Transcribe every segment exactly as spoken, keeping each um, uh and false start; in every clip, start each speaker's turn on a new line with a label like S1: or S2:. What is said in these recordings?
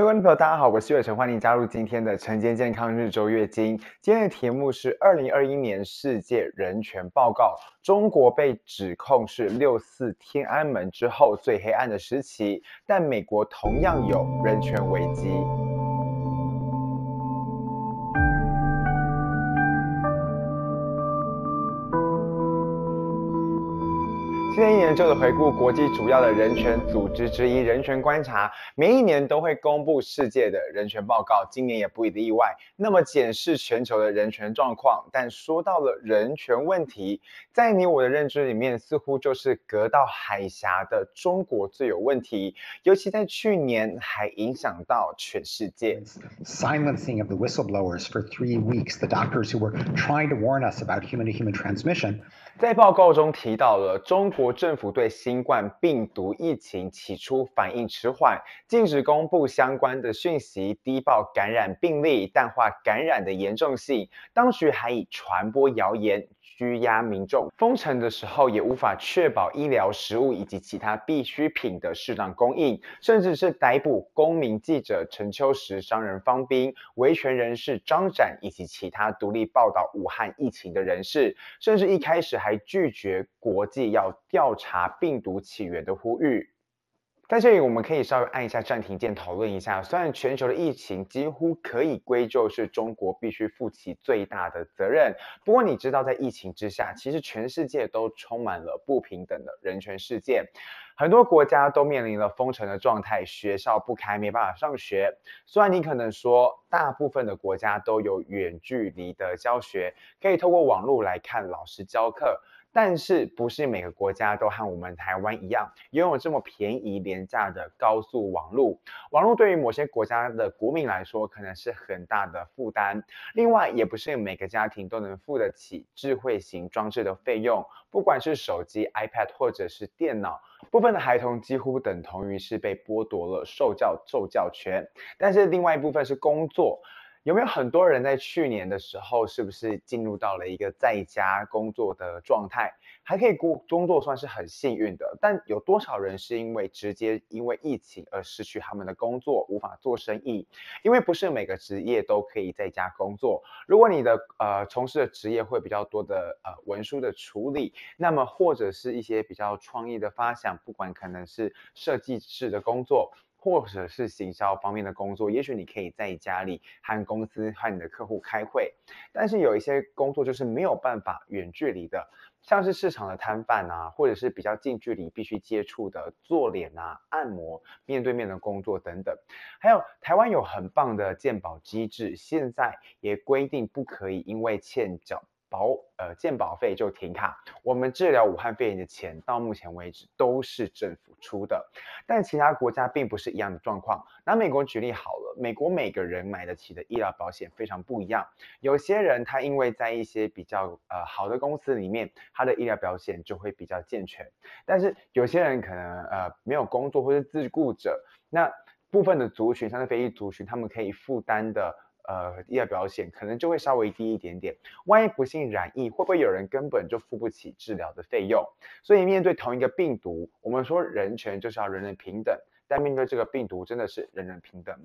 S1: 各位观众朋友，大家好，我是岳成，欢迎加入今天的晨间健康日周月经。今天的题目是二零二一年世界人权报告，中国被指控是六四天安门之后最黑暗的时期，但美国同样有人权危机。今天一年就的回顾国际主要的人权组织之一人权观察，每一年都会公布世界的人权报告，今年也不例外。那么检视全球的人权状况，但说到了人权问题，在你我的认知里面，似乎就是隔到海峡的中国最有问题，尤其在去年还影响到全世界。
S2: Silencing of the whistleblowers for three weeks, the doctors who were trying to warn us about human-to-human transmission.
S1: 在报告中提到了中国政府对新冠病毒疫情起初反应迟缓，禁止公布相关的讯息，低报感染病例，淡化感染的严重性。当局还以传播谣言拘押民众，封城的时候也无法确保医疗、食物以及其他必需品的适当供应，甚至是逮捕公民记者陈秋实、商人方斌、维权人士张展以及其他独立报道武汉疫情的人士，甚至一开始还拒绝国际要调查病毒起源的呼吁。在这里我们可以稍微按一下暂停键讨论一下，虽然全球的疫情几乎可以归咎是中国必须负起最大的责任，不过你知道在疫情之下，其实全世界都充满了不平等的人权事件，很多国家都面临了封城的状态，学校不开，没办法上学。虽然你可能说大部分的国家都有远距离的教学，可以透过网络来看老师教课，但是不是每个国家都和我们台湾一样拥有这么便宜廉价的高速网络。网络对于某些国家的国民来说可能是很大的负担，另外也不是每个家庭都能付得起智慧型装置的费用，不管是手机 iPad 或者是电脑，部分的孩童几乎等同于是被剥夺了受教受教权。但是另外一部分是工作，有没有很多人在去年的时候是不是进入到了一个在家工作的状态，还可以工作算是很幸运的，但有多少人是因为直接因为疫情而失去他们的工作，无法做生意？因为不是每个职业都可以在家工作，如果你的呃从事的职业会比较多的呃文书的处理，那么或者是一些比较创意的发想，不管可能是设计式的工作，或者是行销方面的工作，也许你可以在家里和公司和你的客户开会，但是有一些工作就是没有办法远距离的，像是市场的摊贩啊，或者是比较近距离必须接触的做脸啊、按摩、面对面的工作等等。还有台湾有很棒的健保机制，现在也规定不可以因为欠缴保呃健保费就停卡，我们治疗武汉肺炎的钱到目前为止都是政府出的，但其他国家并不是一样的状况。拿美国举例好了，美国每个人买得起的医疗保险非常不一样，有些人他因为在一些比较呃好的公司里面，他的医疗保险就会比较健全，但是有些人可能呃没有工作或是自雇者，那部分的族群像是非裔族群，他们可以负担的呃医疗保险可能就会稍微低一点点，万一不幸染疫，会不会有人根本就付不起治疗的费用？所以面对同一个病毒，我们说人权就是要人人平等，但面对这个病毒，真的是人人平等吗？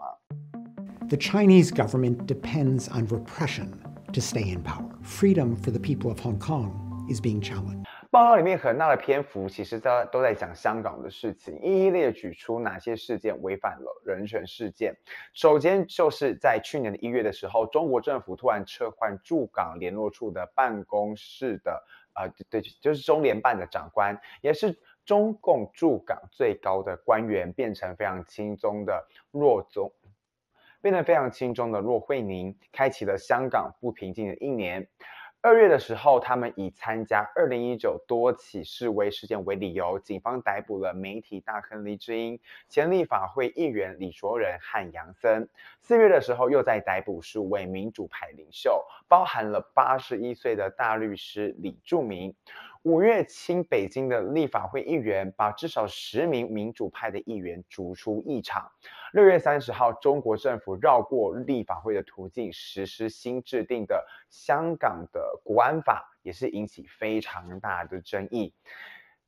S3: The Chinese government depends on repression to stay in power. Freedom for the people of Hong Kong is being challenged.
S1: 报告里面很大的篇幅其实在都在讲香港的事情，一一列举出哪些事件违反了人权事件。首先就是在去年的一月的时候，中国政府突然撤换驻港联络处的办公室的呃对，就是中联办的长官，也是中共驻港最高的官员，变成非常轻松的若宗。变得非常轻松的骆惠宁，开启了香港不平静的一年。二月的时候，他们以参加二零一九多起示威事件为理由，警方逮捕了媒体大亨黎智英、前立法会议员李卓人和杨森。四月的时候，又在逮捕数位民主派领袖，包含了八十一岁的大律师李柱铭。五月，亲北京的立法会议员把至少十名民主派的议员逐出议场。六月三十号，中国政府绕过立法会的途径，实施新制定的香港的国安法，也是引起非常大的争议。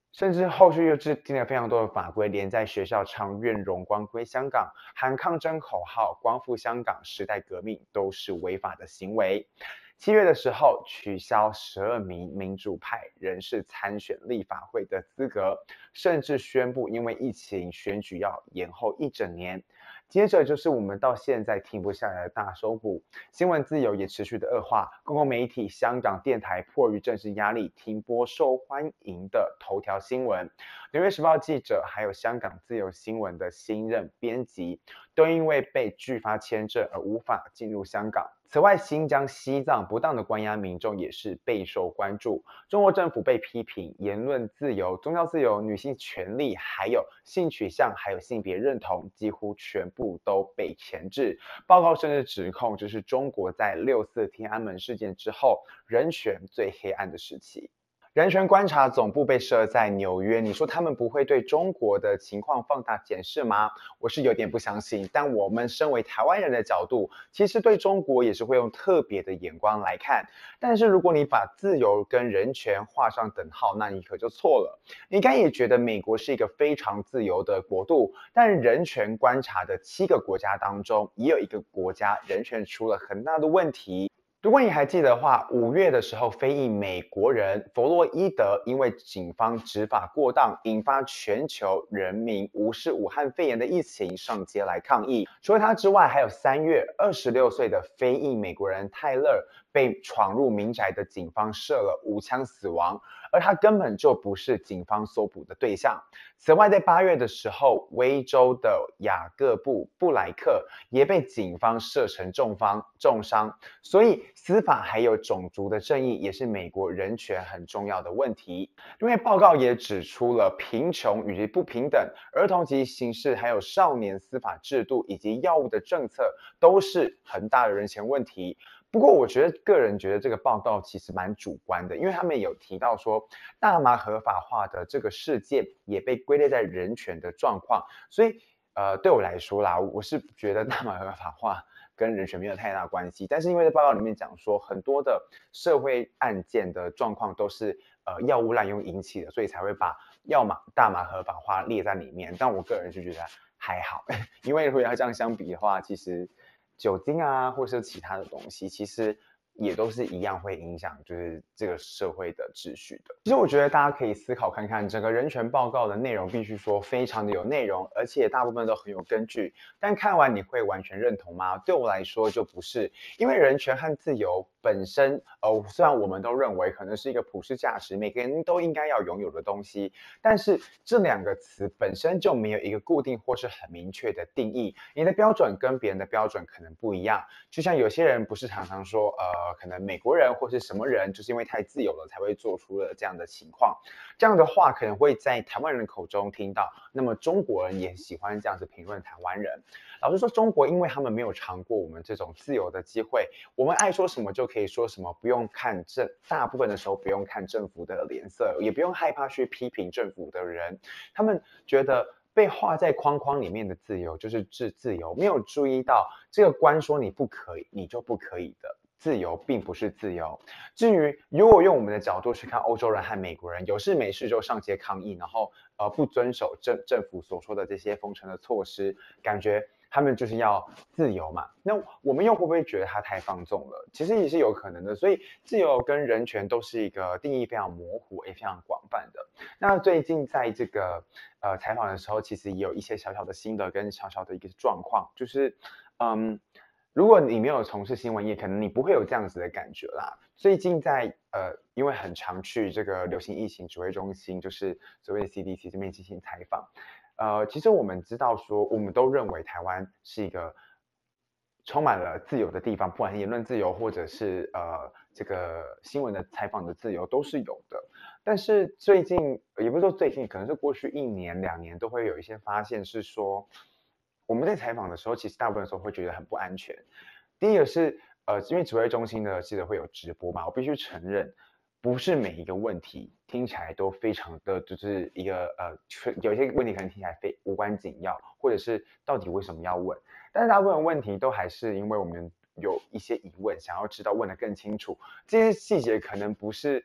S1: 甚至后续又制定了非常多的法规，连在学校唱愿荣光归香港、喊抗争口号、光复香港、时代革命都是违法的行为。七月的时候，取消十二名民主派人士参选立法会的资格，甚至宣布因为疫情选举要延后一整年。接着就是我们到现在停不下来的大收捕，新闻自由也持续的恶化，公共媒体、香港电台迫于政治压力停播受欢迎的头条新闻。纽约时报记者还有香港自由新闻的新任编辑，都因为被拒发签证而无法进入香港。此外，新疆、西藏不当的关押民众也是备受关注。中国政府被批评言论自由、宗教自由、女性权利，还有性取向，还有性别认同，几乎全部都被钳制。报告甚至指控，这是中国在六四天安门事件之后，人权最黑暗的时期。人权观察总部被设在纽约，你说他们不会对中国的情况放大检视吗？我是有点不相信，但我们身为台湾人的角度，其实对中国也是会用特别的眼光来看。但是如果你把自由跟人权画上等号，那你可就错了。你应该也觉得美国是一个非常自由的国度，但人权观察的七个国家当中，也有一个国家人权出了很大的问题。如果你还记得的话，五月的时候，非裔美国人弗洛伊德因为警方执法过当，引发全球人民无视武汉肺炎的疫情，上街来抗议。除了他之外，还有三月二十六岁的非裔美国人泰勒被闯入民宅的警方射了无枪死亡，而他根本就不是警方搜捕的对象。此外，在八月的时候，威州的雅各布布莱克也被警方射成重方重伤，所以司法还有种族的正义也是美国人权很重要的问题。因为报告也指出了贫穷以及不平等、儿童及刑事还有少年司法制度以及药物的政策都是很大的人权问题。不过我觉得个人觉得这个报告其实蛮主观的，因为他们有提到说大麻合法化的这个事件也被归类在人权的状况，所以呃对我来说啦，我是觉得大麻合法化跟人权没有太大关系，但是因为在报告里面讲说很多的社会案件的状况都是呃药物滥用引起的，所以才会把药麻大麻合法化列在里面，但我个人是觉得还好，因为如果要这样相比的话，其实酒精啊，或是其他的东西，其实也都是一样会影响就是这个社会的秩序的。其实我觉得大家可以思考看看，整个人权报告的内容必须说非常的有内容，而且大部分都很有根据。但看完你会完全认同吗？对我来说就不是，因为人权和自由本身，呃，虽然我们都认为可能是一个普世价值，每个人都应该要拥有的东西，但是这两个词本身就没有一个固定或是很明确的定义。你的标准跟别人的标准可能不一样，就像有些人不是常常说，呃，可能美国人或是什么人就是因为太自由了才会做出了这样的情况，这样的话可能会在台湾人口中听到，那么中国人也喜欢这样子评论台湾人。老实说，中国因为他们没有尝过我们这种自由的机会，我们爱说什么就可以说什么，不用看政，大部分的时候不用看政府的脸色，也不用害怕去批评政府的人。他们觉得被画在框框里面的自由就是自自由，没有注意到这个官说你不可以，你就不可以的。自由并不是自由。至于如果用我们的角度去看欧洲人和美国人，有事没事就上街抗议，然后呃不遵守政政府所说的这些封城的措施，感觉他们就是要自由嘛。那我们又会不会觉得他太放纵了？其实也是有可能的。所以自由跟人权都是一个定义非常模糊也非常广泛的。那最近在这个呃采访的时候，其实也有一些小小的心得跟小小的一个状况，就是嗯。如果你没有从事新闻业，可能你不会有这样子的感觉啦。最近在呃，因为很常去这个流行疫情指挥中心，就是所谓的 C D C 这边进行采访。呃，其实我们知道说，我们都认为台湾是一个充满了自由的地方，不管是言论自由或者是呃这个新闻的采访的自由都是有的。但是最近也不是说最近，可能是过去一年两年都会有一些发现是说。我们在采访的时候，其实大部分的时候会觉得很不安全。第一个是，呃，因为指挥中心的记者会有直播嘛，我必须承认，不是每一个问题听起来都非常的，就是一个呃，有一些问题可能听起来非无关紧要，或者是到底为什么要问？但是大部分问题都还是因为我们有一些疑问，想要知道问得更清楚，这些细节可能不是。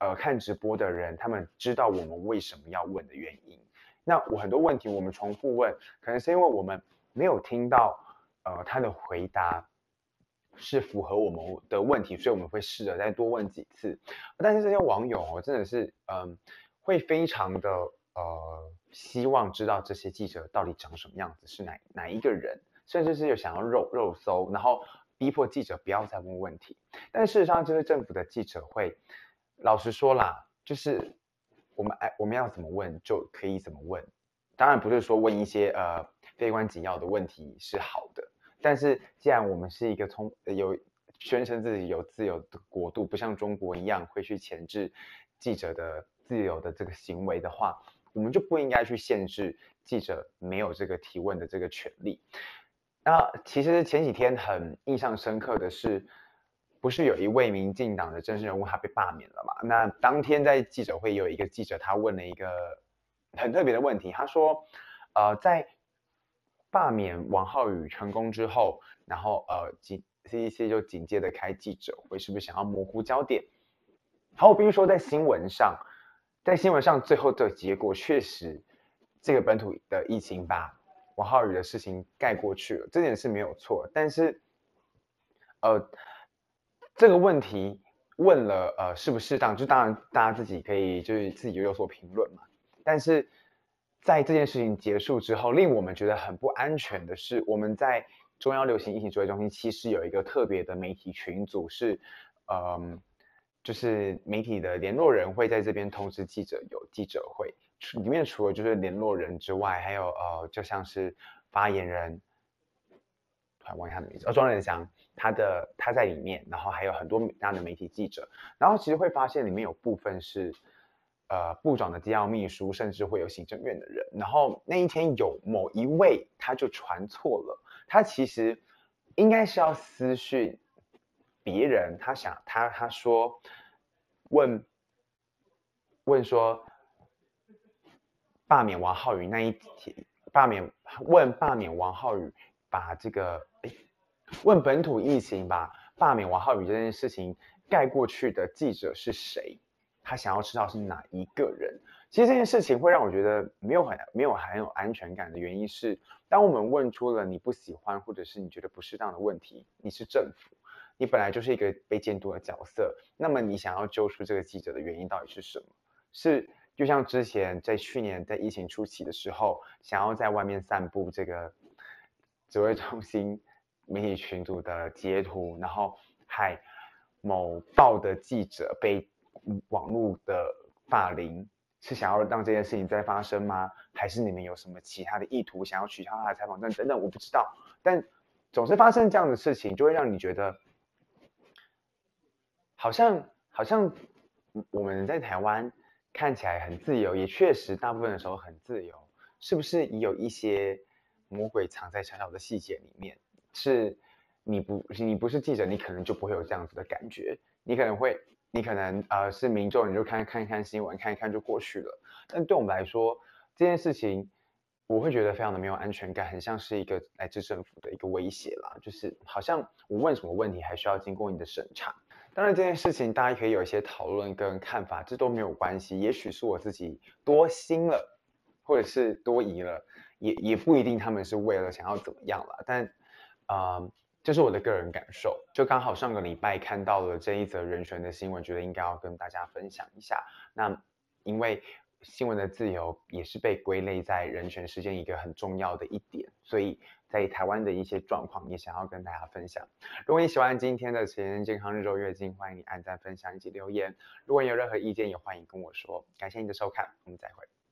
S1: 呃看直播的人，他们知道我们为什么要问的原因。那我很多问题我们重复问，可能是因为我们没有听到呃他的回答是符合我们的问题，所以我们会试着再多问几次。但是这些网友哦，真的是嗯会非常的呃希望知道这些记者到底长什么样子，是哪哪一个人，甚至是有想要肉肉搜，然后逼迫记者不要再问问题。但事实上，这些政府的记者会，老实说啦，就是我们爱我们要怎么问就可以怎么问。当然不是说问一些呃非关紧要的问题是好的，但是既然我们是一个从有宣称自己有自由的国度，不像中国一样会去钳制记者的自由的这个行为的话，我们就不应该去限制记者没有这个提问的这个权利。那其实前几天很印象深刻的是，不是有一位民进党的政治人物他被罢免了嘛？那当天在记者会有一个记者他问了一个很特别的问题，他说，呃，在罢免王浩宇成功之后，然后呃紧 C D C 就紧接着开记者会，是不是想要模糊焦点？好，我必须说在新闻上，在新闻上最后的结果确实，这个本土的疫情把王浩宇的事情盖过去了，这件事没有错。但是，呃，这个问题问了，呃，适不适当，就当然大家自己可以就是自己有所评论嘛。但是在这件事情结束之后，令我们觉得很不安全的是，我们在中央流行疫情指挥中心其实有一个特别的媒体群组是，嗯。就是媒体的联络人会在这边通知记者有记者会，里面除了就是联络人之外，还有呃，就像是发言人，突然忘记他的名字，哦，庄仁祥，他的他在里面，然后还有很多大的媒体记者，然后其实会发现里面有部分是呃部长的机要秘书，甚至会有行政院的人，然后那一天有某一位他就传错了，他其实应该是要私讯别人，他想他他说问问说罢免王浩宇那一天，罢免问罢免王浩宇把这个问本土疫情把罢免王浩宇这件事情盖过去的记者是谁？他想要知道是哪一个人。其实这件事情会让我觉得没有很没有很有安全感的原因是，当我们问出了你不喜欢或者是你觉得不适当的问题，你是政府。你本来就是一个被监督的角色，那么你想要揪出这个记者的原因到底是什么？是就像之前在去年在疫情初期的时候，想要在外面散布这个指挥中心媒体群组的截图，然后害某报的记者被网络的霸凌，是想要让这件事情再发生吗？还是你们有什么其他的意图，想要取消他的采访证等等？我不知道，但总是发生这样的事情，就会让你觉得。好像好像我们在台湾看起来很自由，也确实大部分的时候很自由，是不是也有一些魔鬼藏在小小的细节里面？是你不你不是记者，你可能就不会有这样子的感觉，你可能会你可能呃是民众，你就看看一看新闻，看一看就过去了。但对我们来说，这件事情我会觉得非常的没有安全感，很像是一个来自政府的一个威胁啦，就是好像我问什么问题还需要经过你的审查。当然，这件事情大家可以有一些讨论跟看法，这都没有关系。也许是我自己多心了，或者是多疑了，也也不一定他们是为了想要怎么样了。但，呃，这是我的个人感受。就刚好上个礼拜看到了这一则人权的新闻，觉得应该要跟大家分享一下。那因为新闻的自由也是被归类在人权事件一个很重要的一点，所以在台湾的一些状况也想要跟大家分享。如果你喜欢今天的前沿健康日周月经，欢迎你按赞、分享以及留言。如果你有任何意见，也欢迎跟我说。感谢你的收看，我们再会。